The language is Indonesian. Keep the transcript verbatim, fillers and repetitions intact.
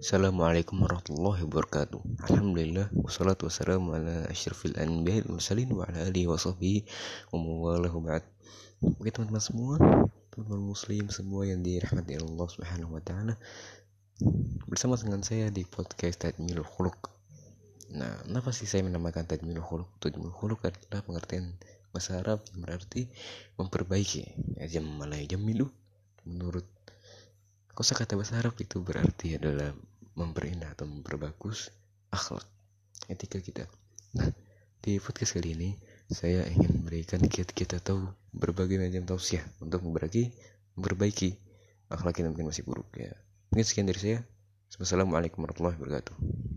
Assalamualaikum warahmatullahi wabarakatuh. Alhamdulillah wassalatu wassalamu ala asyrafil anbiya'i wal mursalin wa ala alihi wa sahbihi wa mawalahu ba'd. Oke teman-teman semua, teman-teman muslim semua yang dirahmati Allah Subhanahu wa taala. Bersama dengan saya di podcast Tadmilul Khuluq. Nah, kenapa sih saya menamakan Tadmilul Khuluq? Tadmilul Khuluq adalah pengertian bahasa Arab yang berarti memperbaiki. Ya, jamala jamilu menurut kosakata bahasa Arab itu berarti adalah memperindah atau memperbagus akhlak, etika kita. Nah, di podcast kali ini saya ingin memberikan kiat-kiat atau berbagai macam tausiah untuk memperbaiki, memperbaiki akhlak kita mungkin masih buruk ya. Mungkin sekian dari saya. Wassalamualaikum warahmatullahi wabarakatuh.